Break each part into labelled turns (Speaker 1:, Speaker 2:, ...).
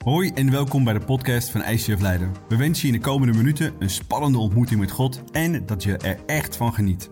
Speaker 1: Hoi en welkom bij de podcast van ICF Leiden. We wensen je in de komende minuten een spannende ontmoeting met God en dat je er echt van geniet.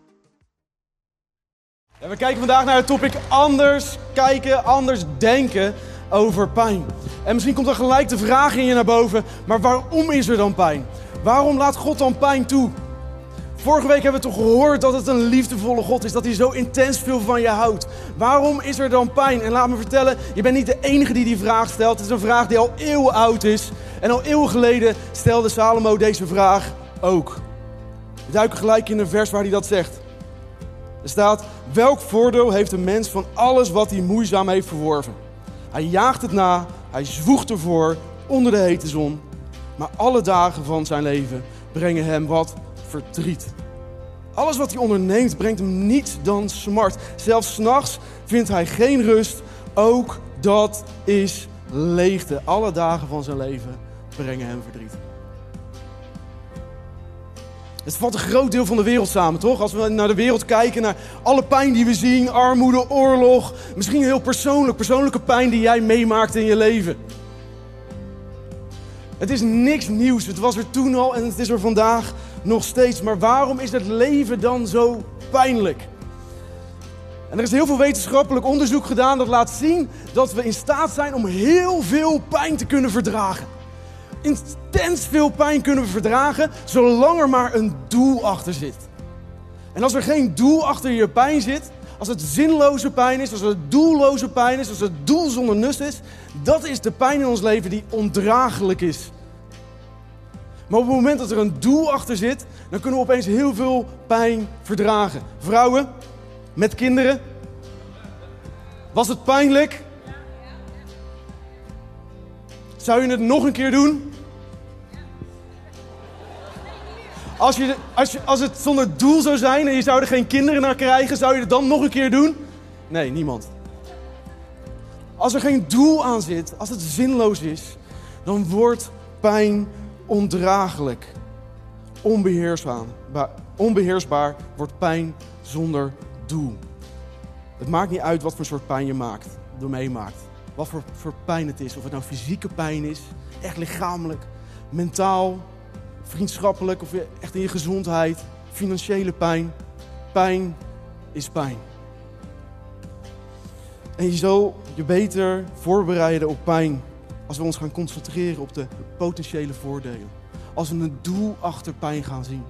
Speaker 2: Ja, we kijken vandaag naar het topic anders kijken, anders denken over pijn. En misschien komt er gelijk de vraag in je naar boven, maar waarom is er dan pijn? Waarom laat God dan pijn toe? Vorige week hebben we toch gehoord dat het een liefdevolle God is, dat hij zo intens veel van je houdt. Waarom is er dan pijn? En laat me vertellen, je bent niet de enige die vraag stelt. Het is een vraag die al eeuwen oud is. En al eeuwen geleden stelde Salomo deze vraag ook. We duiken gelijk in een vers waar hij dat zegt. Er staat: welk voordeel heeft een mens van alles wat hij moeizaam heeft verworven? Hij jaagt het na, hij zwoegt ervoor onder de hete zon. Maar alle dagen van zijn leven brengen hem wat verdriet. Alles wat hij onderneemt brengt hem niets dan smart. Zelfs 's nachts vindt hij geen rust. Ook dat is leegte. Alle dagen van zijn leven brengen hem verdriet. Het valt een groot deel van de wereld samen, toch? Als we naar de wereld kijken, naar alle pijn die we zien, armoede, oorlog. Misschien heel persoonlijke pijn die jij meemaakt in je leven. Het is niks nieuws. Het was er toen al en het is er vandaag nog steeds. Maar waarom is het leven dan zo pijnlijk? En er is heel veel wetenschappelijk onderzoek gedaan dat laat zien dat we in staat zijn om heel veel pijn te kunnen verdragen. Intens veel pijn kunnen we verdragen, zolang er maar een doel achter zit. En als er geen doel achter je pijn zit, als het zinloze pijn is, als het doelloze pijn is, als het doel zonder nut is, dat is de pijn in ons leven die ondraaglijk is. Maar op het moment dat er een doel achter zit, dan kunnen we opeens heel veel pijn verdragen. Vrouwen, met kinderen. Was het pijnlijk? Zou je het nog een keer doen? Als het zonder doel zou zijn en je zou er geen kinderen naar krijgen, zou je het dan nog een keer doen? Nee, niemand. Als er geen doel aan zit, als het zinloos is, dan wordt pijn ondraaglijk. Onbeheersbaar wordt pijn zonder doel. Het maakt niet uit wat voor soort pijn je meemaakt. Wat voor pijn het is. Of het nou fysieke pijn is, echt lichamelijk, mentaal, vriendschappelijk of echt in je gezondheid, financiële pijn. Pijn is pijn. En je zal je beter voorbereiden op pijn als we ons gaan concentreren op de potentiële voordelen. Als we een doel achter pijn gaan zien.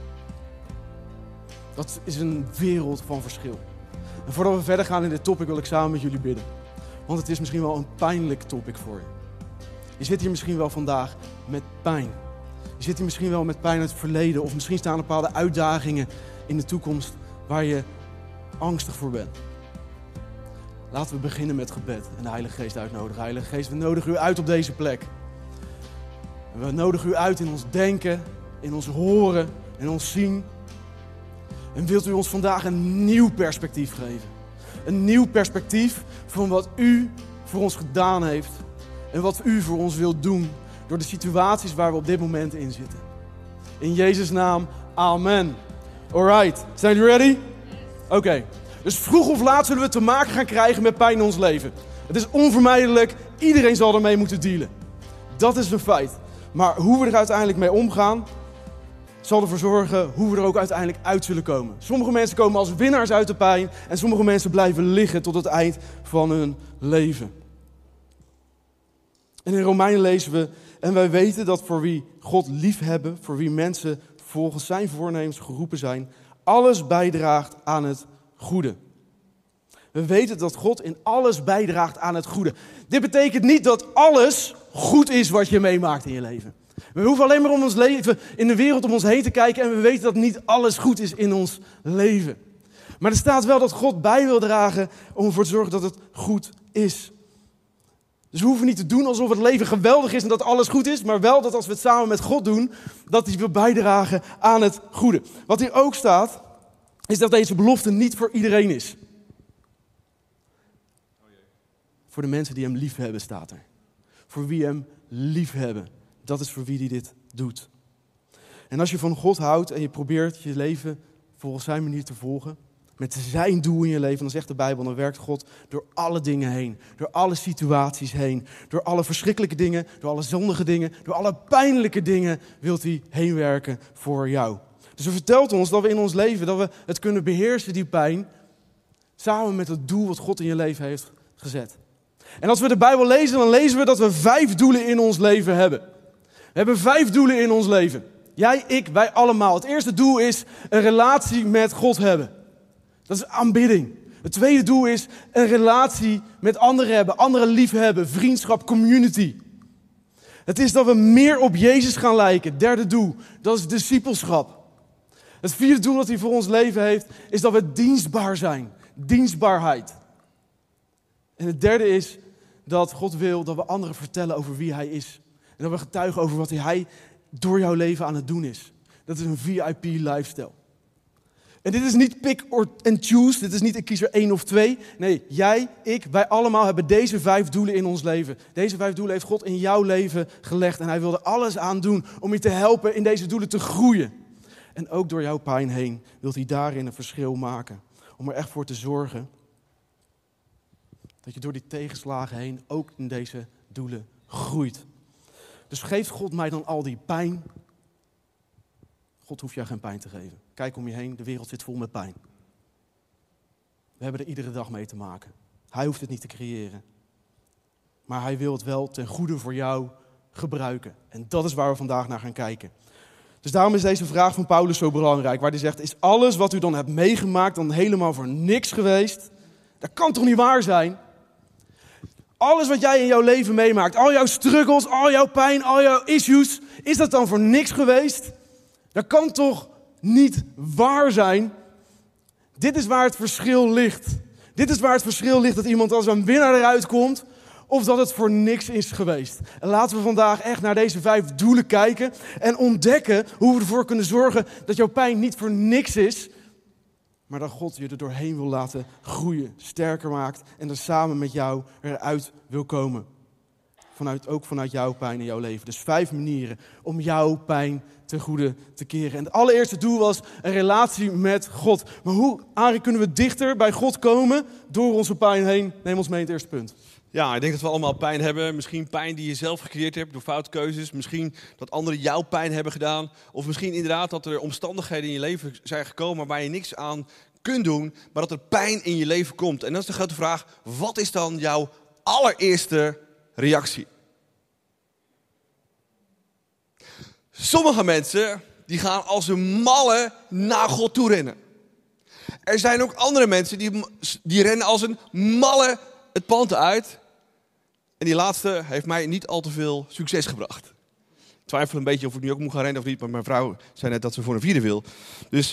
Speaker 2: Dat is een wereld van verschil. En voordat we verder gaan in dit topic wil ik samen met jullie bidden. Want het is misschien wel een pijnlijk topic voor je. Je zit hier misschien wel vandaag met pijn. Je zit hier misschien wel met pijn uit het verleden. Of misschien staan er bepaalde uitdagingen in de toekomst waar je angstig voor bent. Laten we beginnen met gebed en de Heilige Geest uitnodigen. Heilige Geest, we nodigen u uit op deze plek. En we nodigen u uit in ons denken, in ons horen, in ons zien. En wilt u ons vandaag een nieuw perspectief geven. Een nieuw perspectief van wat u voor ons gedaan heeft. En wat u voor ons wilt doen door de situaties waar we op dit moment in zitten. In Jezus' naam, amen. Alright, zijn jullie ready? Oké. Dus vroeg of laat zullen we te maken gaan krijgen met pijn in ons leven. Het is onvermijdelijk, iedereen zal ermee moeten dealen. Dat is een feit. Maar hoe we er uiteindelijk mee omgaan, zal ervoor zorgen hoe we er ook uiteindelijk uit zullen komen. Sommige mensen komen als winnaars uit de pijn en sommige mensen blijven liggen tot het eind van hun leven. En in Romeinen lezen we: en wij weten dat voor wie God liefhebben, voor wie mensen volgens zijn voornemens geroepen zijn, alles bijdraagt aan het goede. We weten dat God in alles bijdraagt aan het goede. Dit betekent niet dat alles goed is wat je meemaakt in je leven. We hoeven alleen maar om ons leven in de wereld om ons heen te kijken en we weten dat niet alles goed is in ons leven. Maar er staat wel dat God bij wil dragen om ervoor te zorgen dat het goed is. Dus we hoeven niet te doen alsof het leven geweldig is en dat alles goed is, maar wel dat als we het samen met God doen, dat hij wil bijdragen aan het goede. Wat hier ook staat, is dat deze belofte niet voor iedereen is. Voor de mensen die hem lief hebben, staat er. Voor wie hem lief hebben. Dat is voor wie hij dit doet. En als je van God houdt en je probeert je leven volgens zijn manier te volgen, met zijn doel in je leven. Dan zegt de Bijbel, dan werkt God door alle dingen heen. Door alle situaties heen. Door alle verschrikkelijke dingen, door alle zondige dingen, door alle pijnlijke dingen wilt hij heen werken voor jou. Dus hij vertelt ons dat we in ons leven, dat we het kunnen beheersen, die pijn, samen met het doel wat God in je leven heeft gezet. En als we de Bijbel lezen, dan lezen we dat we 5 doelen in ons leven hebben. We hebben 5 doelen in ons leven. Jij, ik, wij allemaal. Het eerste doel is een relatie met God hebben. Dat is aanbidding. Het tweede doel is een relatie met anderen hebben. Anderen lief hebben. Vriendschap, community. Het is dat we meer op Jezus gaan lijken. Derde doel, dat is discipelschap. Het vierde doel dat hij voor ons leven heeft, is dat we dienstbaar zijn. Dienstbaarheid. En het derde is dat God wil dat we anderen vertellen over wie hij is. En dat we getuigen over wat hij door jouw leven aan het doen is. Dat is een VIP lifestyle. En dit is niet pick and choose. Dit is niet ik kies er 1 of 2. Nee, jij, ik, wij allemaal hebben deze 5 doelen in ons leven. Deze 5 doelen heeft God in jouw leven gelegd. En hij wil er alles aan doen om je te helpen in deze doelen te groeien. En ook door jouw pijn heen wil hij daarin een verschil maken. Om er echt voor te zorgen dat je door die tegenslagen heen ook in deze doelen groeit. Dus geeft God mij dan al die pijn? God hoeft jou geen pijn te geven. Kijk om je heen, de wereld zit vol met pijn. We hebben er iedere dag mee te maken. Hij hoeft het niet te creëren. Maar hij wil het wel ten goede voor jou gebruiken. En dat is waar we vandaag naar gaan kijken. Dus daarom is deze vraag van Paulus zo belangrijk. Waar hij zegt, is alles wat u dan hebt meegemaakt dan helemaal voor niks geweest? Dat kan toch niet waar zijn? Alles wat jij in jouw leven meemaakt, al jouw struggles, al jouw pijn, al jouw issues, is dat dan voor niks geweest? Dat kan toch niet waar zijn? Dit is waar het verschil ligt. Dit is waar het verschil ligt dat iemand als een winnaar eruit komt of dat het voor niks is geweest. En laten we vandaag echt naar deze 5 doelen kijken en ontdekken hoe we ervoor kunnen zorgen dat jouw pijn niet voor niks is, maar dat God je er doorheen wil laten groeien, sterker maakt en er samen met jou eruit wil komen. Ook vanuit jouw pijn in jouw leven. Dus 5 manieren om jouw pijn ten goede te keren. En het allereerste doel was een relatie met God. Maar hoe, Arie, kunnen we dichter bij God komen door onze pijn heen? Neem ons mee in het eerste punt.
Speaker 3: Ja, ik denk dat we allemaal pijn hebben. Misschien pijn die je zelf gecreëerd hebt door foutkeuzes. Misschien dat anderen jouw pijn hebben gedaan. Of misschien inderdaad dat er omstandigheden in je leven zijn gekomen waar je niks aan kunt doen. Maar dat er pijn in je leven komt. En dan is de grote vraag, wat is dan jouw allereerste reactie? Sommige mensen die gaan als een malle naar God toe rennen. Er zijn ook andere mensen die rennen als een malle het pand uit. En die laatste heeft mij niet al te veel succes gebracht. Ik twijfel een beetje of ik nu ook moet gaan rennen of niet. Maar mijn vrouw zei net dat ze voor een 4e wil. Dus...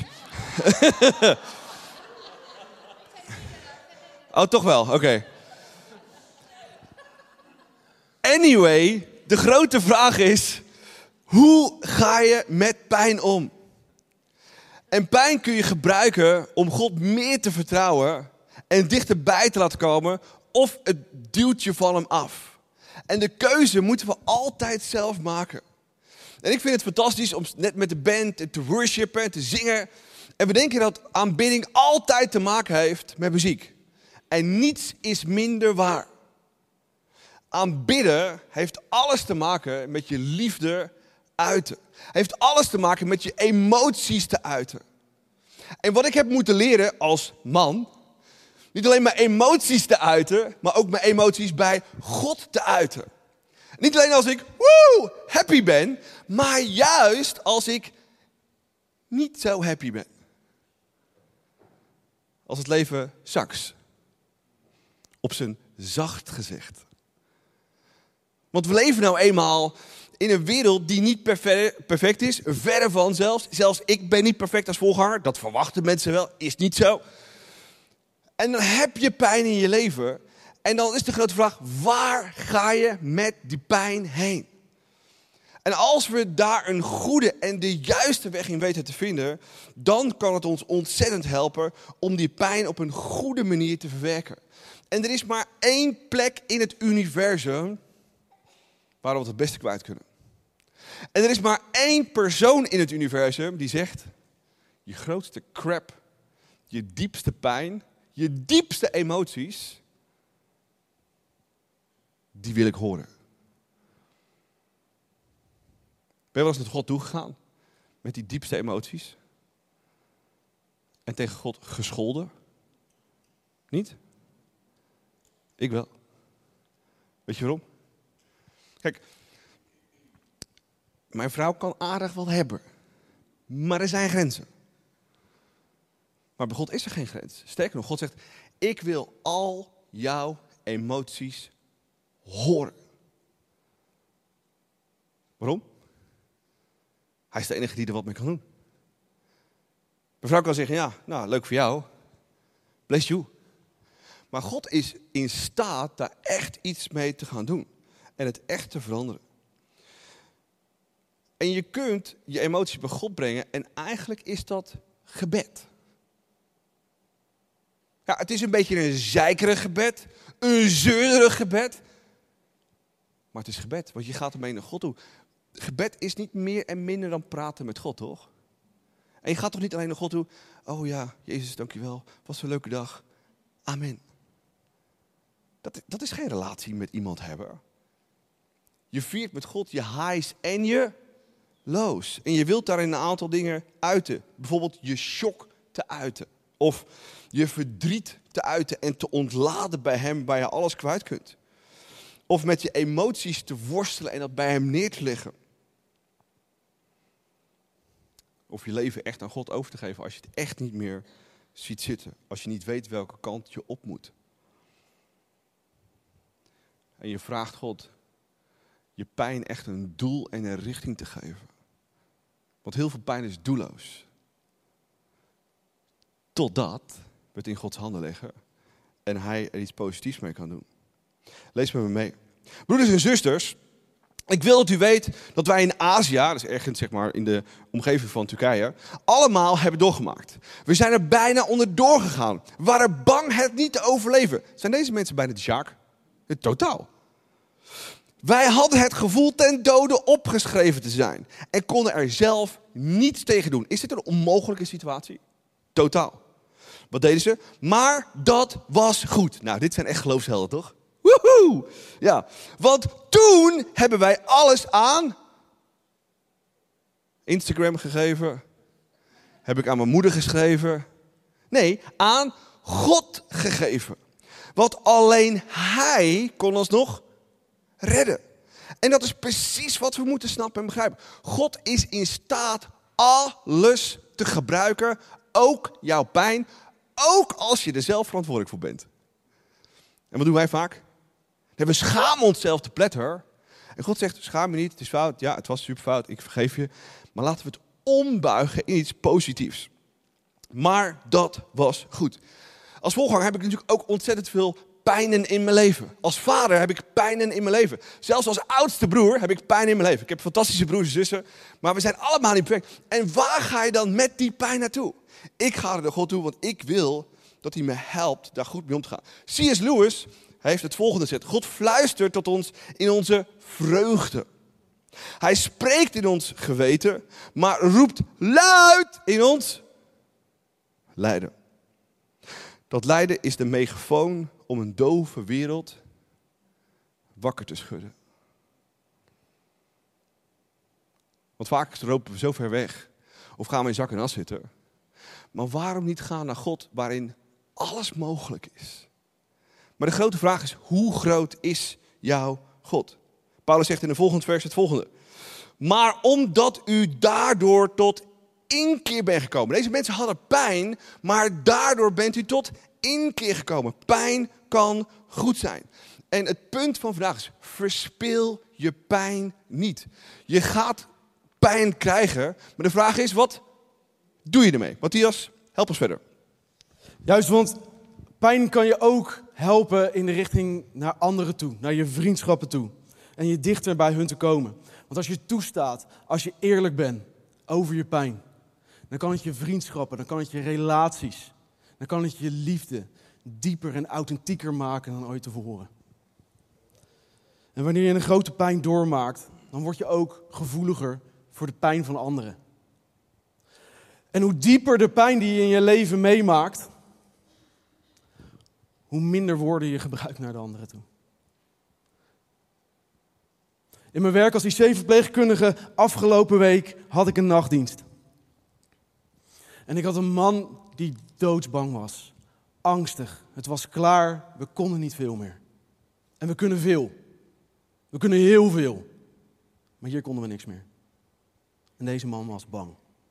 Speaker 3: Oh, toch wel? Oké. Anyway, de grote vraag is... Hoe ga je met pijn om? En pijn kun je gebruiken om God meer te vertrouwen en dichterbij te laten komen, of het duwt je van hem af. En de keuze moeten we altijd zelf maken. En ik vind het fantastisch om net met de band te worshipen en te zingen. En we denken dat aanbidding altijd te maken heeft met muziek. En niets is minder waar. Aanbidden heeft alles te maken met je liefde uiten. Heeft alles te maken met je emoties te uiten. En wat ik heb moeten leren als man, niet alleen mijn emoties te uiten, maar ook mijn emoties bij God te uiten. Niet alleen als ik happy ben, maar juist als ik niet zo happy ben. Als het leven sucks. Op zijn zacht gezegd. Want we leven nou eenmaal in een wereld die niet perfect is. Verre van zelfs. Zelfs ik ben niet perfect als voorganger. Dat verwachten mensen wel. Is niet zo. En dan heb je pijn in je leven. En dan is de grote vraag. Waar ga je met die pijn heen? En als we daar een goede en de juiste weg in weten te vinden. Dan kan het ons ontzettend helpen om die pijn op een goede manier te verwerken. En er is maar 1 plek in het universum waar we het beste kwijt kunnen. En er is maar 1 persoon in het universum die zegt, je grootste crap, je diepste pijn, je diepste emoties, die wil ik horen. Ben je wel eens naar God toegegaan met die diepste emoties? En tegen God gescholden? Niet? Ik wel. Weet je waarom? Kijk, mijn vrouw kan aardig wel hebben. Maar er zijn grenzen. Maar bij God is er geen grens. Sterker nog, God zegt, ik wil al jouw emoties horen. Waarom? Hij is de enige die er wat mee kan doen. Mijn vrouw kan zeggen, ja, nou, leuk voor jou. Bless you. Maar God is in staat daar echt iets mee te gaan doen. En het echt te veranderen. En je kunt je emoties bij God brengen. En eigenlijk is dat gebed. Ja, het is een beetje een zeikerig gebed. Een zeurig gebed. Maar het is gebed, want je gaat ermee naar God toe. Gebed is niet meer en minder dan praten met God, toch? En je gaat toch niet alleen naar God toe. Oh ja, Jezus, dankjewel. Was een leuke dag. Amen. Dat is geen relatie met iemand hebben. Je viert met God je highs en je lows. En je wilt daarin een aantal dingen uiten. Bijvoorbeeld je shock te uiten. Of je verdriet te uiten en te ontladen bij hem waar je alles kwijt kunt. Of met je emoties te worstelen en dat bij hem neer te leggen. Of je leven echt aan God over te geven als je het echt niet meer ziet zitten. Als je niet weet welke kant je op moet. En je vraagt God je pijn echt een doel en een richting te geven. Want heel veel pijn is doelloos. Totdat we het in Gods handen leggen en hij er iets positiefs mee kan doen. Lees met me mee. Broeders en zusters, ik wil dat u weet dat wij in Azië, dat is ergens zeg maar in de omgeving van Turkije, allemaal hebben doorgemaakt. We zijn er bijna onderdoor gegaan. We waren bang het niet te overleven. Zijn deze mensen bijna de Sjaak? Totaal. Wij hadden het gevoel ten dode opgeschreven te zijn. En konden er zelf niets tegen doen. Is dit een onmogelijke situatie? Totaal. Wat deden ze? Maar dat was goed. Nou, dit zijn echt geloofshelden, toch? Woehoe! Ja, want toen hebben wij alles aan Instagram gegeven. Heb ik aan mijn moeder geschreven. Nee, aan God gegeven. Want alleen hij kon ons nog redden. En dat is precies wat we moeten snappen en begrijpen. God is in staat alles te gebruiken. Ook jouw pijn. Ook als je er zelf verantwoordelijk voor bent. En wat doen wij vaak? We schamen onszelf te pletter. En God zegt, schaam je niet, het is fout. Ja, het was super fout, ik vergeef je. Maar laten we het ombuigen in iets positiefs. Maar dat was goed. Als voorganger heb ik natuurlijk ook ontzettend veel pijnen in mijn leven. Als vader heb ik pijnen in mijn leven. Zelfs als oudste broer heb ik pijn in mijn leven. Ik heb fantastische broers en zussen, maar we zijn allemaal niet perfect. En waar ga je dan met die pijn naartoe? Ik ga er naar God toe, want ik wil dat hij me helpt daar goed mee om te gaan. C.S. Lewis heeft het volgende gezegd. God fluistert tot ons in onze vreugde. Hij spreekt in ons geweten, maar roept luid in ons lijden. Dat lijden is de megafoon om een dove wereld wakker te schudden. Want vaak lopen we zo ver weg of gaan we in zak en as zitten. Maar waarom niet gaan naar God waarin alles mogelijk is? Maar de grote vraag is, hoe groot is jouw God? Paulus zegt in de volgende vers het volgende. Maar omdat u daardoor tot inkeer bent gekomen. Deze mensen hadden pijn, maar daardoor bent u tot inkeer gekomen. Pijn kan goed zijn. En het punt van vandaag is, verspil je pijn niet. Je gaat pijn krijgen, maar de vraag is, wat doe je ermee? Matthias, help ons verder.
Speaker 2: Juist, want pijn kan je ook helpen in de richting naar anderen toe, naar je vriendschappen toe. En je dichter bij hun te komen. Want als je toestaat, als je eerlijk bent over je pijn, dan kan het je vriendschappen, dan kan het je relaties, dan kan het je liefde dieper en authentieker maken dan ooit tevoren. En wanneer je een grote pijn doormaakt, dan word je ook gevoeliger voor de pijn van anderen. En hoe dieper de pijn die je in je leven meemaakt, hoe minder woorden je gebruikt naar de anderen toe. In mijn werk als IC-verpleegkundige afgelopen week had ik een nachtdienst. En ik had een man die doodsbang was. Angstig. Het was klaar. We konden niet veel meer. En we kunnen veel. We kunnen heel veel. Maar hier konden we niks meer. En deze man was bang.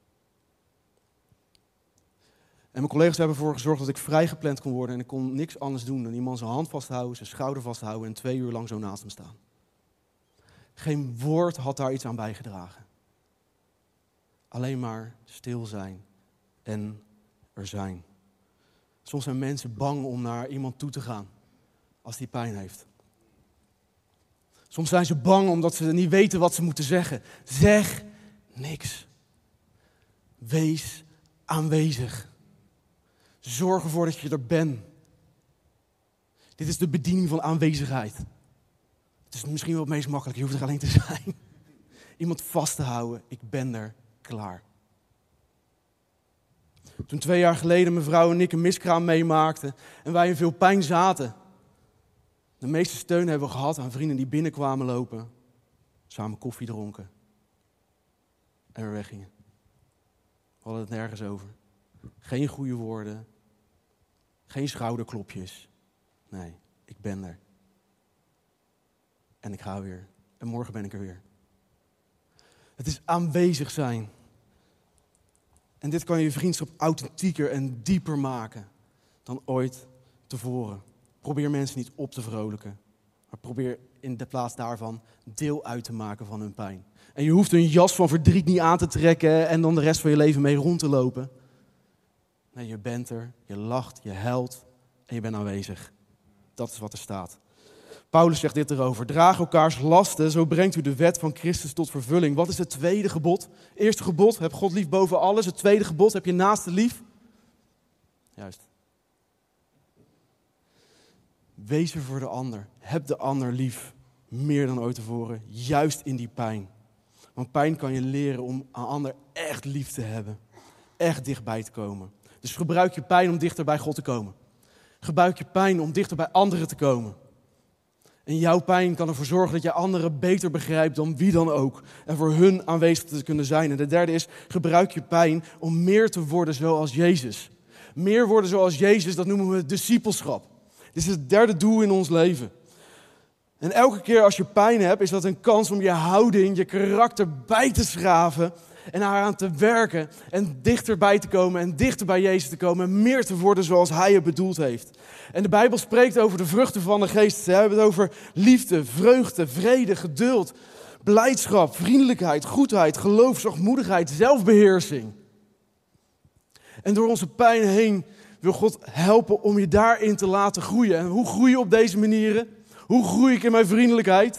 Speaker 2: En mijn collega's hebben ervoor gezorgd dat ik vrijgepland kon worden. En ik kon niks anders doen dan die man zijn hand vasthouden, zijn schouder vasthouden en 2 uur lang zo naast hem staan. Geen woord had daar iets aan bijgedragen. Alleen maar stil zijn en er zijn. Soms zijn mensen bang om naar iemand toe te gaan als die pijn heeft. Soms zijn ze bang omdat ze niet weten wat ze moeten zeggen. Zeg niks. Wees aanwezig. Zorg ervoor dat je er bent. Dit is de bediening van aanwezigheid. Het is misschien wel het meest makkelijk. Je hoeft er alleen te zijn. Iemand vast te houden. Ik ben er klaar. Toen 2 jaar geleden mijn vrouw en ik een miskraam meemaakten en wij in veel pijn zaten. De meeste steun hebben we gehad aan vrienden die binnenkwamen lopen. Samen koffie dronken. En weer weggingen. We hadden het nergens over. Geen goede woorden. Geen schouderklopjes. Nee, ik ben er. En ik ga weer. En morgen ben ik er weer. Het is aanwezig zijn. En dit kan je vriendschap authentieker en dieper maken dan ooit tevoren. Probeer mensen niet op te vrolijken. Maar probeer in de plaats daarvan deel uit te maken van hun pijn. En je hoeft een jas van verdriet niet aan te trekken en dan de rest van je leven mee rond te lopen. Nee, je bent er, je lacht, je huilt en je bent aanwezig. Dat is wat er staat. Paulus zegt dit erover. Draag elkaars lasten, zo brengt u de wet van Christus tot vervulling. Wat is het tweede gebod? Eerste gebod, heb God lief boven alles. Het tweede gebod, heb je naaste lief. Juist. Wees er voor de ander. Heb de ander lief. Meer dan ooit tevoren. Juist in die pijn. Want pijn kan je leren om een ander echt lief te hebben. Echt dichtbij te komen. Dus gebruik je pijn om dichter bij God te komen. Gebruik je pijn om dichter bij anderen te komen. En jouw pijn kan ervoor zorgen dat je anderen beter begrijpt dan wie dan ook. En voor hun aanwezig te kunnen zijn. En de derde is, gebruik je pijn om meer te worden zoals Jezus. Meer worden zoals Jezus, dat noemen we discipelschap. Dit is het derde doel in ons leven. En elke keer als je pijn hebt, is dat een kans om je houding, je karakter bij te schraven. En eraan te werken en dichterbij te komen en dichter bij Jezus te komen. En meer te worden zoals Hij het bedoeld heeft. En de Bijbel spreekt over de vruchten van de geest. Ze hebben het over liefde, vreugde, vrede, geduld, blijdschap, vriendelijkheid, goedheid, geloof, zachtmoedigheid, zelfbeheersing. En door onze pijn heen wil God helpen om je daarin te laten groeien. En hoe groei je op deze manieren? Hoe groei ik in mijn vriendelijkheid?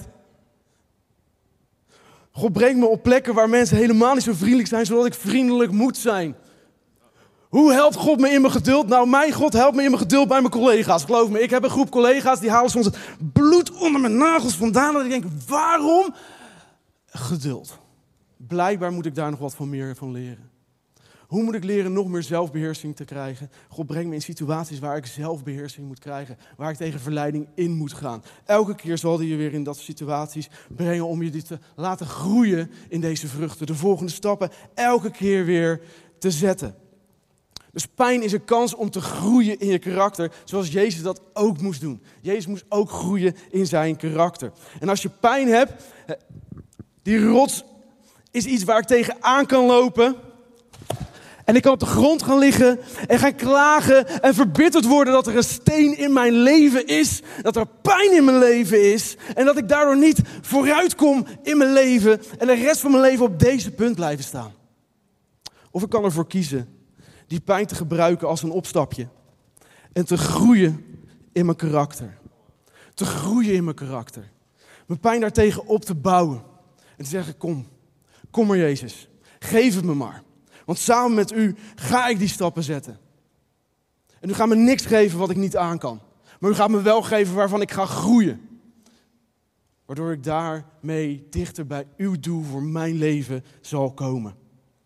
Speaker 2: God brengt me op plekken waar mensen helemaal niet zo vriendelijk zijn, zodat ik vriendelijk moet zijn. Hoe helpt God me in mijn geduld? Nou, mijn God helpt me in mijn geduld bij mijn collega's. Geloof me, ik heb een groep collega's die halen soms het bloed onder mijn nagels vandaan. En ik denk, waarom? Geduld. Blijkbaar moet ik daar nog wat van meer van leren. Hoe moet ik leren nog meer zelfbeheersing te krijgen? God brengt me in situaties waar ik zelfbeheersing moet krijgen. Waar ik tegen verleiding in moet gaan. Elke keer zal hij je weer in dat situaties brengen om je te laten groeien in deze vruchten. De volgende stappen elke keer weer te zetten. Dus pijn is een kans om te groeien in je karakter, zoals Jezus dat ook moest doen. Jezus moest ook groeien in zijn karakter. En als je pijn hebt, die rots is iets waar ik tegenaan kan lopen. En ik kan op de grond gaan liggen en gaan klagen en verbitterd worden dat er een steen in mijn leven is. Dat er pijn in mijn leven is. En dat ik daardoor niet vooruit kom in mijn leven en de rest van mijn leven op deze punt blijven staan. Of ik kan ervoor kiezen die pijn te gebruiken als een opstapje. En te groeien in mijn karakter. Te groeien in mijn karakter. Mijn pijn daartegen op te bouwen. En te zeggen, kom maar Jezus. Geef het me maar. Want samen met u ga ik die stappen zetten. En u gaat me niks geven wat ik niet aan kan. Maar u gaat me wel geven waarvan ik ga groeien. Waardoor ik daarmee dichter bij uw doel voor mijn leven zal komen.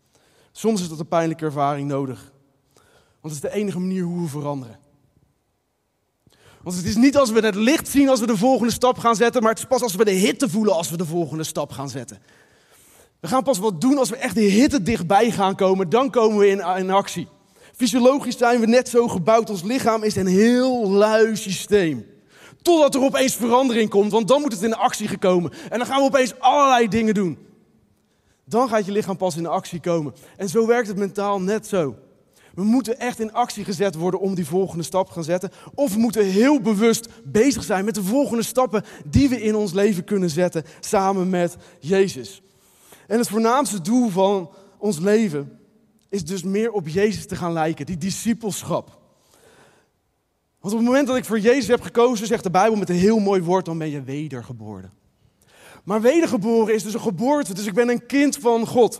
Speaker 2: Soms is dat een pijnlijke ervaring nodig. Want het is de enige manier hoe we veranderen. Want het is niet als we het licht zien als we de volgende stap gaan zetten, maar het is pas als we de hitte voelen als we de volgende stap gaan zetten. We gaan pas wat doen als we echt de hitte dichtbij gaan komen, dan komen we in actie. Fysiologisch zijn we net zo gebouwd, ons lichaam is een heel lui systeem. Totdat er opeens verandering komt, want dan moet het in actie gekomen. En dan gaan we opeens allerlei dingen doen. Dan gaat je lichaam pas in actie komen. En zo werkt het mentaal net zo. We moeten echt in actie gezet worden om die volgende stap te gaan zetten. Of we moeten heel bewust bezig zijn met de volgende stappen die we in ons leven kunnen zetten samen met Jezus. En het voornaamste doel van ons leven is dus meer op Jezus te gaan lijken, die discipelschap. Want op het moment dat ik voor Jezus heb gekozen, zegt de Bijbel met een heel mooi woord, dan ben je wedergeboren. Maar wedergeboren is dus een geboorte, dus ik ben een kind van God.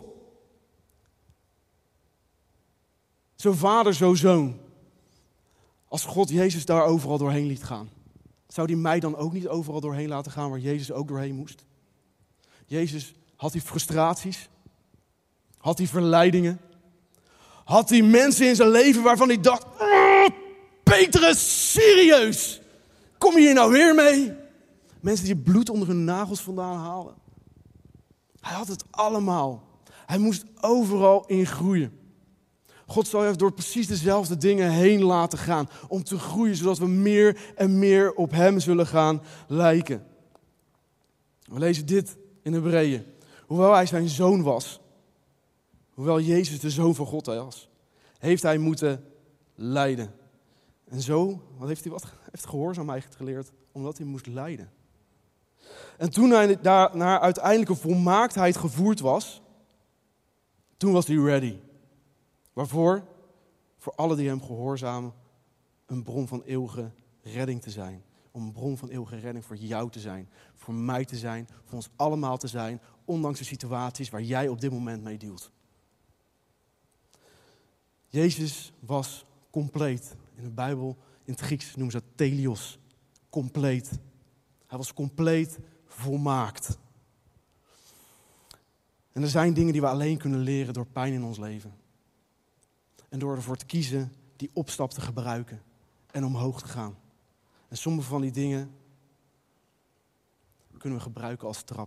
Speaker 2: Zo vader, zo zoon. Als God Jezus daar overal doorheen liet gaan, zou hij mij dan ook niet overal doorheen laten gaan waar Jezus ook doorheen moest? Jezus, had hij frustraties? Had hij verleidingen? Had hij mensen in zijn leven waarvan hij dacht, Petrus, serieus? Kom je hier nou weer mee? Mensen die bloed onder hun nagels vandaan halen. Hij had het allemaal. Hij moest overal in groeien. God zal je door precies dezelfde dingen heen laten gaan. Om te groeien, zodat we meer en meer op hem zullen gaan lijken. We lezen dit in Hebreeën. Hoewel hij zijn zoon was. Hoewel Jezus de zoon van God was. Heeft hij moeten lijden. En zo, heeft gehoorzaamheid geleerd? Omdat hij moest lijden. En toen hij naar uiteindelijke volmaaktheid gevoerd was. Toen was hij ready. Waarvoor? Voor alle die hem gehoorzamen, een bron van eeuwige redding te zijn. Om een bron van eeuwige redding voor jou te zijn. Voor mij te zijn, voor ons allemaal te zijn. Ondanks de situaties waar jij op dit moment mee dealt. Jezus was compleet. In de Bijbel, in het Grieks noemen ze dat telios. Compleet. Hij was compleet volmaakt. En er zijn dingen die we alleen kunnen leren door pijn in ons leven. En door ervoor te kiezen die opstap te gebruiken en omhoog te gaan. En sommige van die dingen kunnen we gebruiken als trap.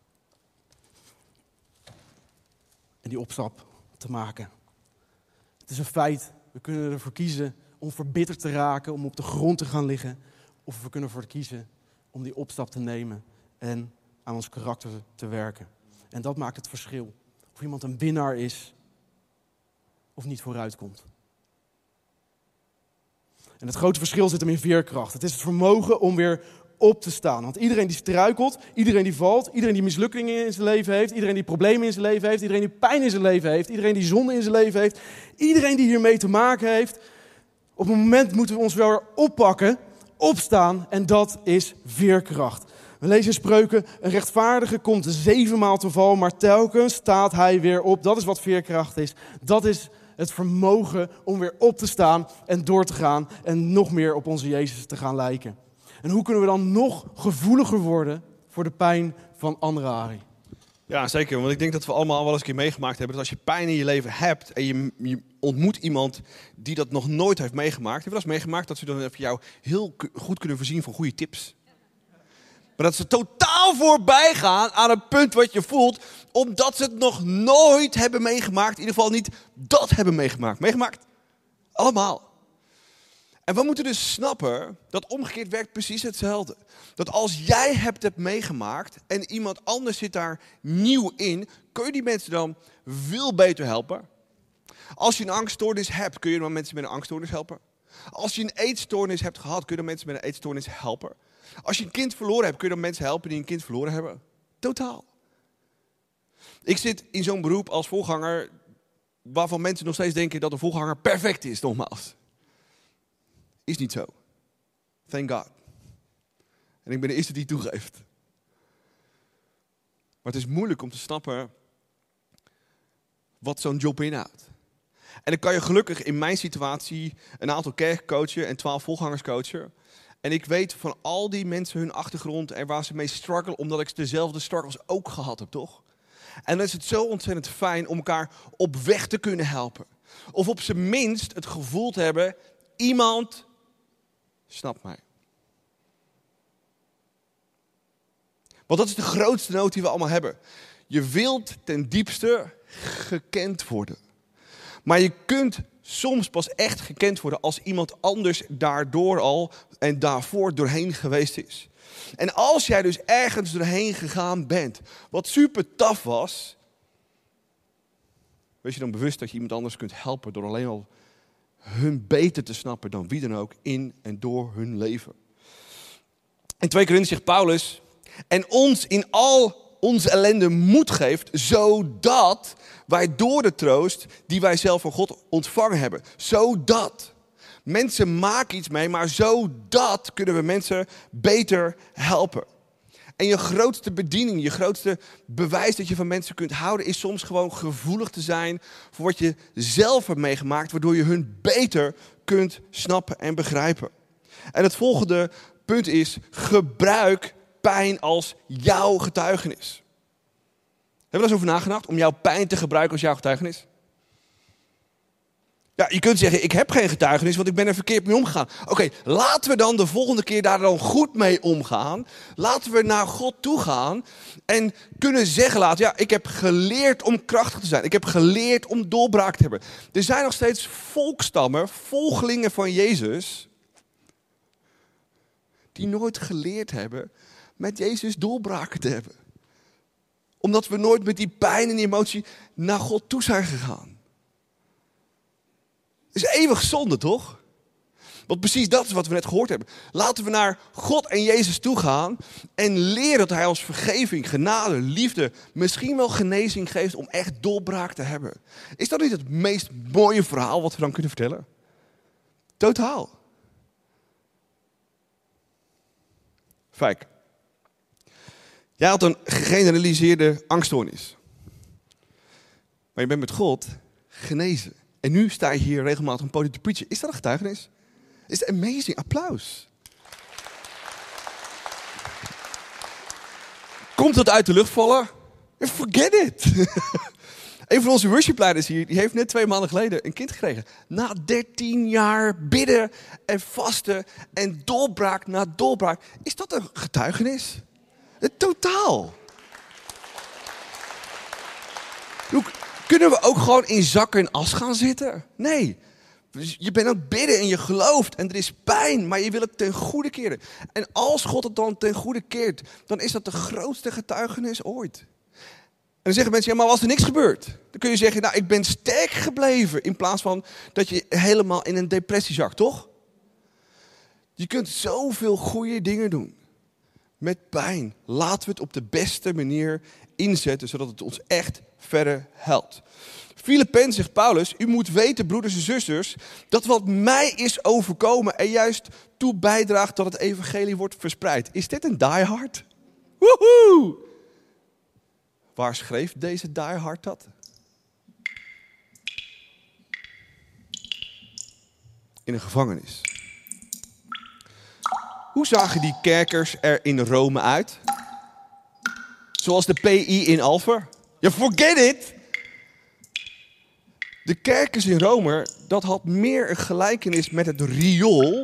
Speaker 2: En die opstap te maken. Het is een feit, we kunnen ervoor kiezen om verbitterd te raken, om op de grond te gaan liggen. Of we kunnen ervoor kiezen om die opstap te nemen en aan ons karakter te werken. En dat maakt het verschil. Of iemand een winnaar is of niet vooruit komt. En het grote verschil zit hem in veerkracht. Het is het vermogen om weer op te staan. Want iedereen die struikelt, iedereen die valt, iedereen die mislukkingen in zijn leven heeft, iedereen die problemen in zijn leven heeft, iedereen die pijn in zijn leven heeft, iedereen die zonde in zijn leven heeft, iedereen die hiermee te maken heeft, op een moment moeten we ons wel weer oppakken, opstaan en dat is veerkracht. We lezen in Spreuken, een rechtvaardige komt 7 maal te val, maar telkens staat hij weer op. Dat is wat veerkracht is. Dat is het vermogen om weer op te staan en door te gaan en nog meer op onze Jezus te gaan lijken. En hoe kunnen we dan nog gevoeliger worden voor de pijn van anderen, Arie?
Speaker 3: Ja, zeker. Want ik denk dat we allemaal wel eens een keer meegemaakt hebben dat als je pijn in je leven hebt en je ontmoet iemand die dat nog nooit heeft meegemaakt. Heb je wel eens meegemaakt dat ze dan even jou heel goed kunnen voorzien van goede tips? Maar dat ze totaal voorbij gaan aan een punt wat je voelt, omdat ze het nog nooit hebben meegemaakt. In ieder geval niet dat hebben meegemaakt. Meegemaakt? Allemaal. En we moeten dus snappen dat omgekeerd werkt precies hetzelfde. Dat als jij hebt meegemaakt en iemand anders zit daar nieuw in, kun je die mensen dan veel beter helpen. Als je een angststoornis hebt, kun je dan mensen met een angststoornis helpen. Als je een eetstoornis hebt gehad, kun je dan mensen met een eetstoornis helpen. Als je een kind verloren hebt, kun je dan mensen helpen die een kind verloren hebben. Totaal. Ik zit in zo'n beroep als voorganger, waarvan mensen nog steeds denken dat een voorganger perfect is, nogmaals. Is niet zo. Thank God. En ik ben de eerste die het toegeeft. Maar het is moeilijk om te snappen wat zo'n job inhoudt. En dan kan je gelukkig in mijn situatie een aantal kerken coachen en 12 voorgangers coachen. En ik weet van al die mensen hun achtergrond en waar ze mee struggelen, omdat ik dezelfde struggles ook gehad heb, toch? En dan is het zo ontzettend fijn om elkaar op weg te kunnen helpen. Of op zijn minst het gevoel te hebben, iemand snapt mij. Want dat is de grootste nood die we allemaal hebben. Je wilt ten diepste gekend worden. Maar je kunt soms pas echt gekend worden als iemand anders daardoor al en daarvoor doorheen geweest is. En als jij dus ergens doorheen gegaan bent, wat super tof was, wees je dan bewust dat je iemand anders kunt helpen door alleen al hun beter te snappen dan wie dan ook in en door hun leven. In 2 Korinthe zegt Paulus, en ons in al onze ellende moed geeft, zodat wij door de troost die wij zelf van God ontvangen hebben, zodat. Mensen maken iets mee, maar zodat kunnen we mensen beter helpen. En je grootste bediening, je grootste bewijs dat je van mensen kunt houden, is soms gewoon gevoelig te zijn voor wat je zelf hebt meegemaakt, waardoor je hun beter kunt snappen en begrijpen. En het volgende punt is, gebruik pijn als jouw getuigenis. Hebben we er eens over nagedacht om jouw pijn te gebruiken als jouw getuigenis? Ja, je kunt zeggen, ik heb geen getuigenis, want ik ben er verkeerd mee omgegaan. Oké, laten we dan de volgende keer daar dan goed mee omgaan. Laten we naar God toe gaan en kunnen zeggen laten, ja, ik heb geleerd om krachtig te zijn. Ik heb geleerd om doorbraak te hebben. Er zijn nog steeds volkstammen, volgelingen van Jezus, die nooit geleerd hebben met Jezus doorbraken te hebben. Omdat we nooit met die pijn en die emotie naar God toe zijn gegaan. Het is eeuwig zonde, toch? Want precies dat is wat we net gehoord hebben. Laten we naar God en Jezus toe gaan en leren dat Hij ons vergeving, genade, liefde, misschien wel genezing geeft om echt doorbraak te hebben. Is dat niet het meest mooie verhaal wat we dan kunnen vertellen? Totaal. Fijk. Jij had een gegeneraliseerde angststoornis. Maar je bent met God genezen. En nu sta je hier regelmatig een podium te preachen. Is dat een getuigenis? Is dat amazing? Applaus. Komt dat uit de lucht vallen? Forget it. Een van onze worshipleiders hier, die heeft net 2 maanden geleden een kind gekregen. Na 13 jaar bidden en vasten en doorbraak na doorbraak. Is dat een getuigenis? Totaal. Kunnen we ook gewoon in zakken en as gaan zitten? Nee. Je bent aan het bidden en je gelooft en er is pijn, maar je wil het ten goede keren. En als God het dan ten goede keert, dan is dat de grootste getuigenis ooit. En dan zeggen mensen, ja, maar was er niks gebeurd? Dan kun je zeggen, nou, ik ben sterk gebleven in plaats van dat je helemaal in een depressie zakt, toch? Je kunt zoveel goede dingen doen. Met pijn. Laten we het op de beste manier inzetten, zodat het ons echt verder helpt. Filippenzen zegt Paulus, u moet weten, broeders en zusters, dat wat mij is overkomen er juist toe bijdraagt dat het evangelie wordt verspreid. Is dit een diehard? Woehoe! Waar schreef deze diehard dat? In een gevangenis. Hoe zagen die kerkers er in Rome uit? Zoals de PI in Alphen? Ja, forget it! De kerkers in Rome, dat had meer een gelijkenis met het riool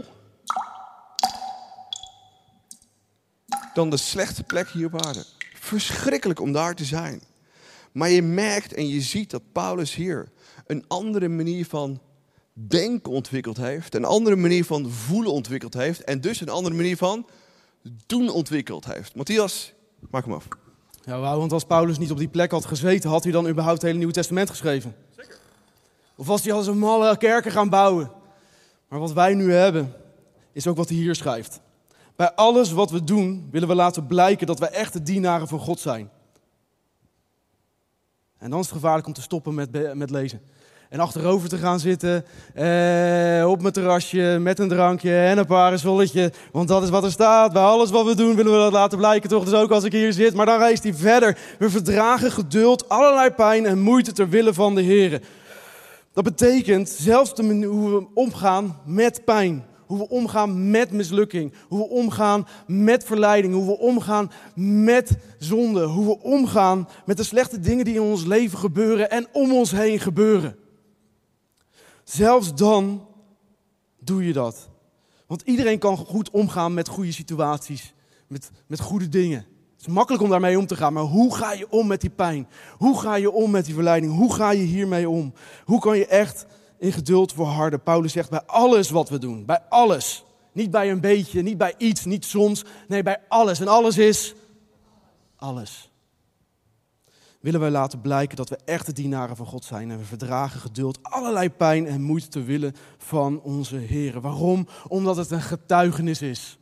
Speaker 3: dan de slechtste plek hier op aarde. Verschrikkelijk om daar te zijn. Maar je merkt en je ziet dat Paulus hier een andere manier van denken ontwikkeld heeft. Een andere manier van voelen ontwikkeld heeft. En dus een andere manier van doen ontwikkeld heeft. Matthias, maak hem af.
Speaker 2: Ja, wauw, want als Paulus niet op die plek had gezeten, had hij dan überhaupt het hele Nieuwe Testament geschreven? Zeker. Of was hij als een malle kerken gaan bouwen? Maar wat wij nu hebben, is ook wat hij hier schrijft. Bij alles wat we doen, willen we laten blijken dat wij echte dienaren van God zijn. En dan is het gevaarlijk om te stoppen met lezen. En achterover te gaan zitten, op mijn terrasje, met een drankje en een parasolletje. Want dat is wat er staat. Bij alles wat we doen willen we dat laten blijken, toch? Dus ook als ik hier zit. Maar dan reist hij verder. We verdragen geduld, allerlei pijn en moeite ter wille van de Heer. Dat betekent zelfs hoe we omgaan met pijn. Hoe we omgaan met mislukking. Hoe we omgaan met verleiding. Hoe we omgaan met zonde. Hoe we omgaan met de slechte dingen die in ons leven gebeuren en om ons heen gebeuren. Zelfs dan doe je dat. Want iedereen kan goed omgaan met goede situaties. Met goede dingen. Het is makkelijk om daarmee om te gaan, maar hoe ga je om met die pijn? Hoe ga je om met die verleiding? Hoe ga je hiermee om? Hoe kan je echt in geduld volharden? Paulus zegt bij alles wat we doen. Bij alles. Niet bij een beetje, niet bij iets, niet soms. Nee, bij alles. En alles is alles. Willen wij laten blijken dat we echte dienaren van God zijn. En we verdragen geduld, allerlei pijn en moeite te willen van onze Heer. Waarom? Omdat het een getuigenis is.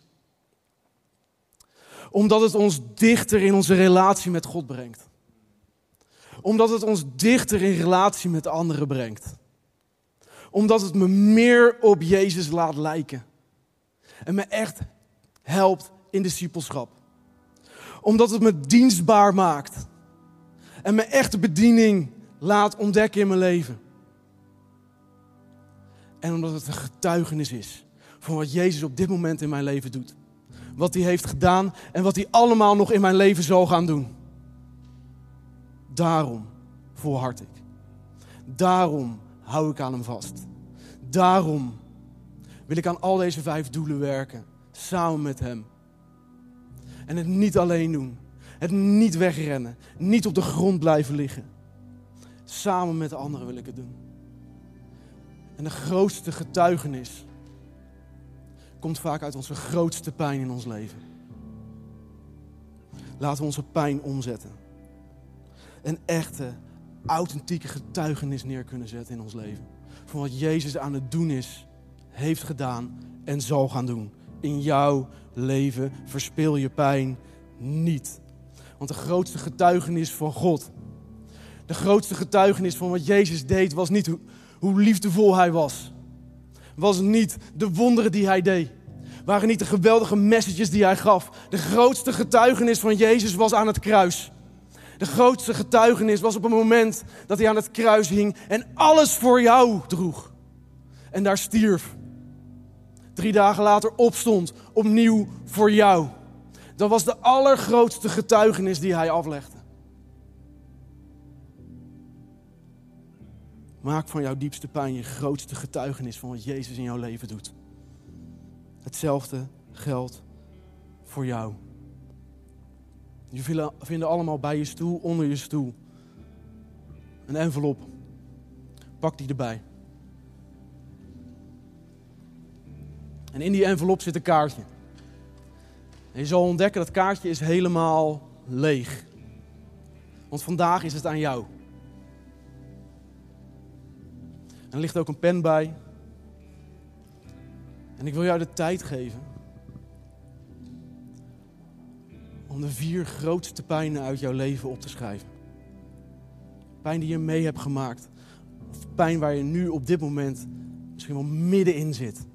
Speaker 2: Omdat het ons dichter in onze relatie met God brengt. Omdat het ons dichter in relatie met anderen brengt. Omdat het me meer op Jezus laat lijken. En me echt helpt in discipelschap. Omdat het me dienstbaar maakt. En me echt de bediening laat ontdekken in mijn leven. En omdat het een getuigenis is van wat Jezus op dit moment in mijn leven doet. Wat hij heeft gedaan en wat hij allemaal nog in mijn leven zal gaan doen. Daarom volhard ik. Daarom hou ik aan hem vast. Daarom wil ik aan al deze 5 doelen werken. Samen met hem. En het niet alleen doen. Het niet wegrennen. Niet op de grond blijven liggen. Samen met de anderen wil ik het doen. En de grootste getuigenis komt vaak uit onze grootste pijn in ons leven. Laten we onze pijn omzetten. Een echte, authentieke getuigenis neer kunnen zetten in ons leven. Van wat Jezus aan het doen is, heeft gedaan en zal gaan doen. In jouw leven verspil je pijn niet. Want de grootste getuigenis van God, de grootste getuigenis van wat Jezus deed, was niet hoe liefdevol hij was. Was niet de wonderen die hij deed. Waren niet de geweldige messages die hij gaf. De grootste getuigenis van Jezus was aan het kruis. De grootste getuigenis was op het moment dat hij aan het kruis hing en alles voor jou droeg. En daar stierf. 3 dagen later opstond, opnieuw voor jou. Dat was de allergrootste getuigenis die hij aflegde. Maak van jouw diepste pijn je grootste getuigenis van wat Jezus in jouw leven doet. Hetzelfde geldt voor jou. Je vinden allemaal bij je stoel, onder je stoel, een envelop. Pak die erbij. En in die envelop zit een kaartje. En je zal ontdekken dat kaartje is helemaal leeg. Want vandaag is het aan jou. En er ligt ook een pen bij. En ik wil jou de tijd geven om de 4 grootste pijnen uit jouw leven op te schrijven. Pijn die je mee hebt gemaakt. Of pijn waar je nu op dit moment misschien wel middenin zit.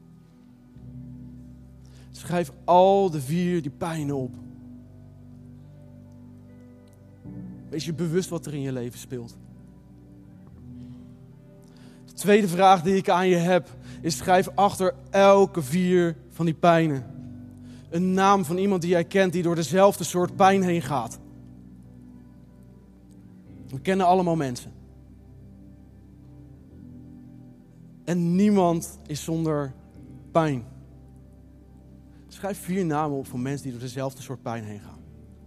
Speaker 2: Schrijf al de 4 die pijnen op. Wees je bewust wat er in je leven speelt. De tweede vraag die ik aan je heb is: schrijf achter elke 4 van die pijnen een naam van iemand die jij kent die door dezelfde soort pijn heen gaat. We kennen allemaal mensen. En niemand is zonder pijn. Schrijf 4 namen op van mensen die door dezelfde soort pijn heen gaan.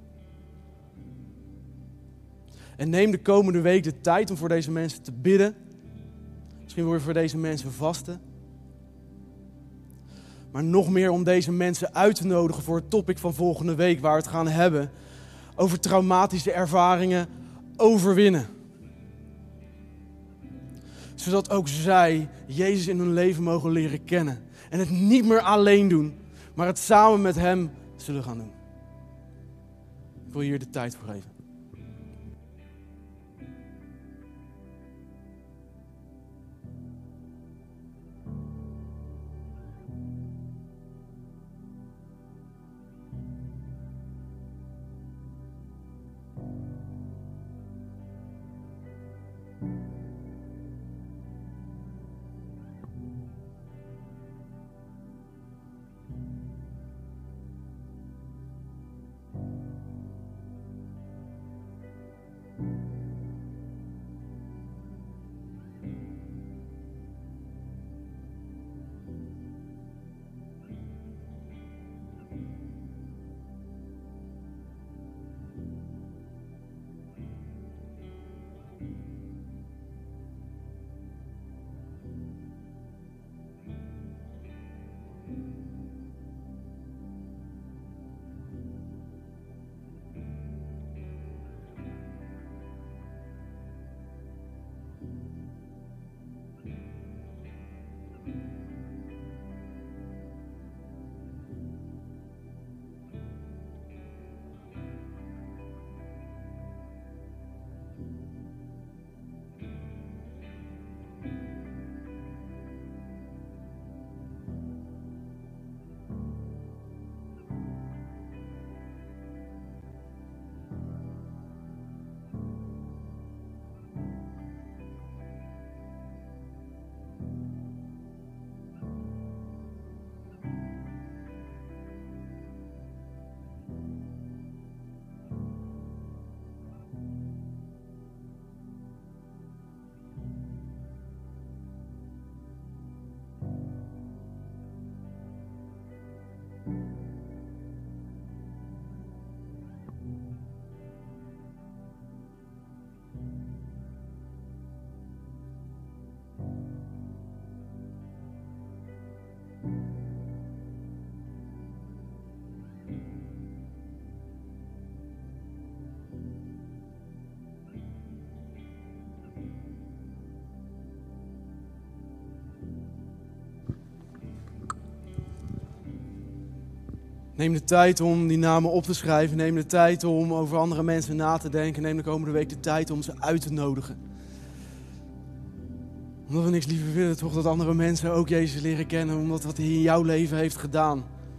Speaker 2: En neem de komende week de tijd om voor deze mensen te bidden. Misschien wil je voor deze mensen vasten. Maar nog meer om deze mensen uit te nodigen voor het topic van volgende week, waar we het gaan hebben over traumatische ervaringen overwinnen. Zodat ook zij Jezus in hun leven mogen leren kennen. En het niet meer alleen doen, maar het samen met hem zullen gaan doen. Ik wil hier de tijd voor geven. Neem de tijd om die namen op te schrijven. Neem de tijd om over andere mensen na te denken. Neem de komende week de tijd om ze uit te nodigen. Omdat we niks liever willen, toch, dat andere mensen ook Jezus leren kennen. Omdat wat hij in jouw leven heeft gedaan,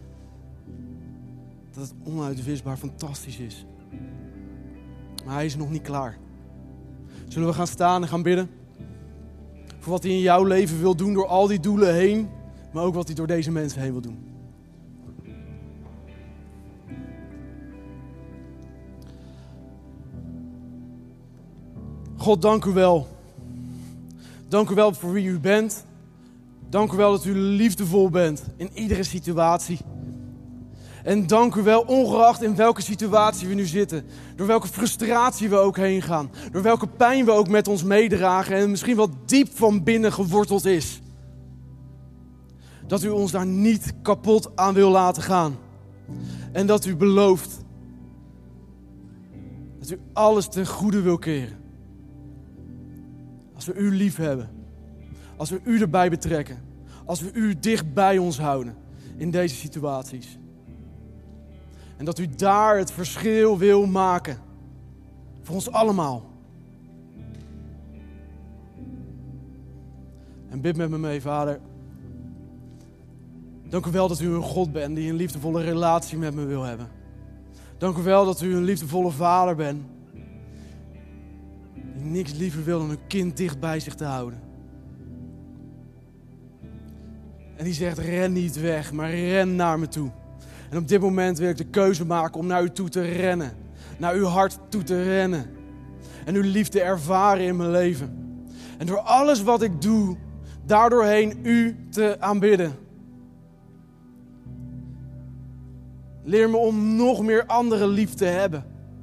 Speaker 2: dat het onuitwisbaar fantastisch is. Maar hij is nog niet klaar. Zullen we gaan staan en gaan bidden? Voor wat hij in jouw leven wil doen door al die doelen heen. Maar ook wat hij door deze mensen heen wil doen. God, dank u wel. Dank u wel voor wie u bent. Dank u wel dat u liefdevol bent in iedere situatie. En dank u wel, ongeacht in welke situatie we nu zitten. Door welke frustratie we ook heen gaan. Door welke pijn we ook met ons meedragen. En misschien wel diep van binnen geworteld is. Dat u ons daar niet kapot aan wil laten gaan. En dat u belooft dat u alles ten goede wil keren. Als we u lief hebben. Als we u erbij betrekken. Als we u dicht bij ons houden in deze situaties. En dat u daar het verschil wil maken. Voor ons allemaal. En bid met me mee, Vader. Dank u wel dat u een God bent die een liefdevolle relatie met me wil hebben. Dank u wel dat u een liefdevolle vader bent. Die niks liever wil dan een kind dicht bij zich te houden. En die zegt, ren niet weg, maar ren naar me toe. En op dit moment wil ik de keuze maken om naar u toe te rennen. Naar uw hart toe te rennen. En uw liefde ervaren in mijn leven. En door alles wat ik doe, daardoorheen u te aanbidden. Leer me om nog meer anderen lief te hebben.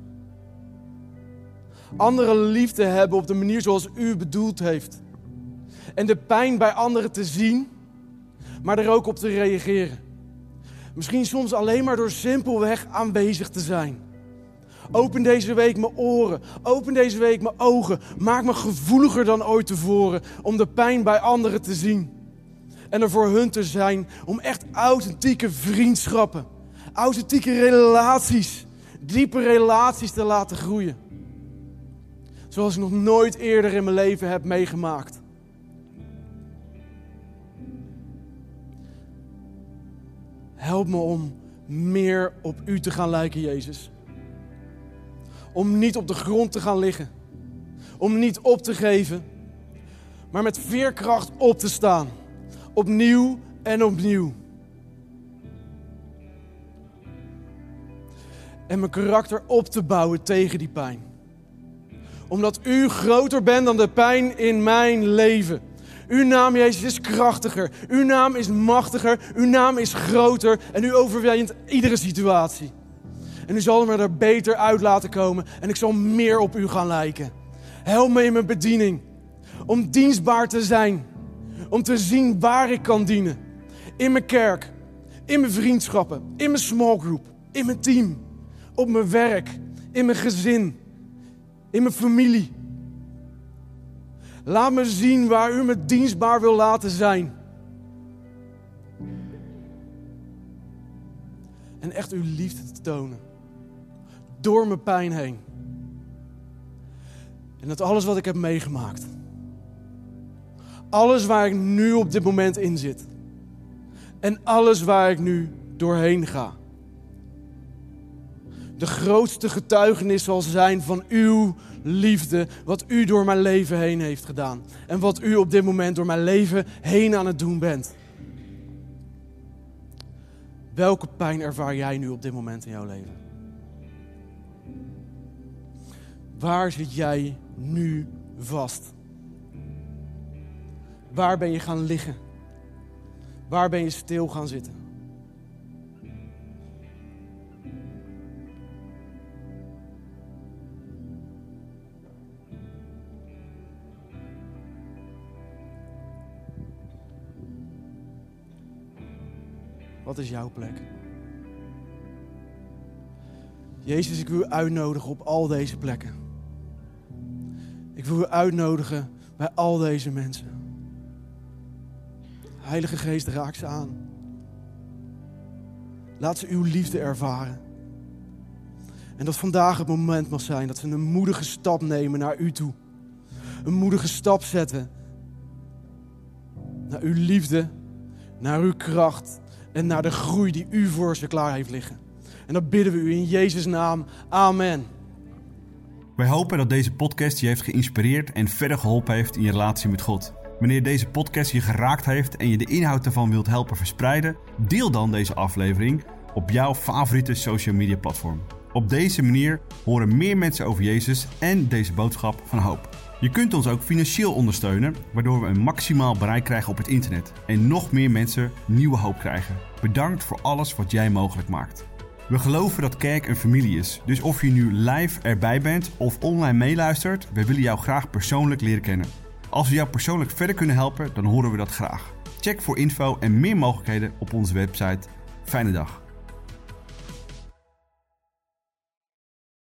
Speaker 2: Anderen lief te hebben op de manier zoals u bedoeld heeft. En de pijn bij anderen te zien, maar er ook op te reageren. Misschien soms alleen maar door simpelweg aanwezig te zijn. Open deze week mijn oren. Open deze week mijn ogen. Maak me gevoeliger dan ooit tevoren om de pijn bij anderen te zien. En er voor hun te zijn om echt authentieke vriendschappen, authentieke relaties, diepe relaties te laten groeien. Zoals ik nog nooit eerder in mijn leven heb meegemaakt. Help me om meer op u te gaan lijken, Jezus. Om niet op de grond te gaan liggen. Om niet op te geven. Maar met veerkracht op te staan. Opnieuw en opnieuw. En mijn karakter op te bouwen tegen die pijn. Omdat u groter bent dan de pijn in mijn leven. Uw naam, Jezus, is krachtiger. Uw naam is machtiger. Uw naam is groter. En u overwint iedere situatie. En u zal me er beter uit laten komen. En ik zal meer op u gaan lijken. Help me in mijn bediening. Om dienstbaar te zijn. Om te zien waar ik kan dienen. In mijn kerk. In mijn vriendschappen. In mijn small group. In mijn team. Op mijn werk. In mijn gezin. In mijn familie. Laat me zien waar u me dienstbaar wil laten zijn. En echt uw liefde te tonen. Door mijn pijn heen. En dat alles wat ik heb meegemaakt. Alles waar ik nu op dit moment in zit. En alles waar ik nu doorheen ga. De grootste getuigenis zal zijn van uw liefde, wat u door mijn leven heen heeft gedaan. En wat u op dit moment door mijn leven heen aan het doen bent. Welke pijn ervaar jij nu op dit moment in jouw leven? Waar zit jij nu vast? Waar ben je gaan liggen? Waar ben je stil gaan zitten? Wat is jouw plek? Jezus, ik wil u uitnodigen op al deze plekken. Ik wil u uitnodigen bij al deze mensen. Heilige Geest, raak ze aan. Laat ze uw liefde ervaren. En dat vandaag het moment mag zijn dat we een moedige stap nemen naar u toe. Een moedige stap zetten naar uw liefde, naar uw kracht en naar de groei die u voor ze klaar heeft liggen. En dat bidden we u in Jezus' naam. Amen.
Speaker 1: Wij hopen dat deze podcast je heeft geïnspireerd en verder geholpen heeft in je relatie met God. Wanneer deze podcast je geraakt heeft en je de inhoud ervan wilt helpen verspreiden, deel dan deze aflevering op jouw favoriete social media platform. Op deze manier horen meer mensen over Jezus en deze boodschap van hoop. Je kunt ons ook financieel ondersteunen, waardoor we een maximaal bereik krijgen op het internet en nog meer mensen nieuwe hoop krijgen. Bedankt voor alles wat jij mogelijk maakt. We geloven dat kerk een familie is, dus of je nu live erbij bent of online meeluistert, we willen jou graag persoonlijk leren kennen. Als we jou persoonlijk verder kunnen helpen, dan horen we dat graag. Check voor info en meer mogelijkheden op onze website. Fijne dag.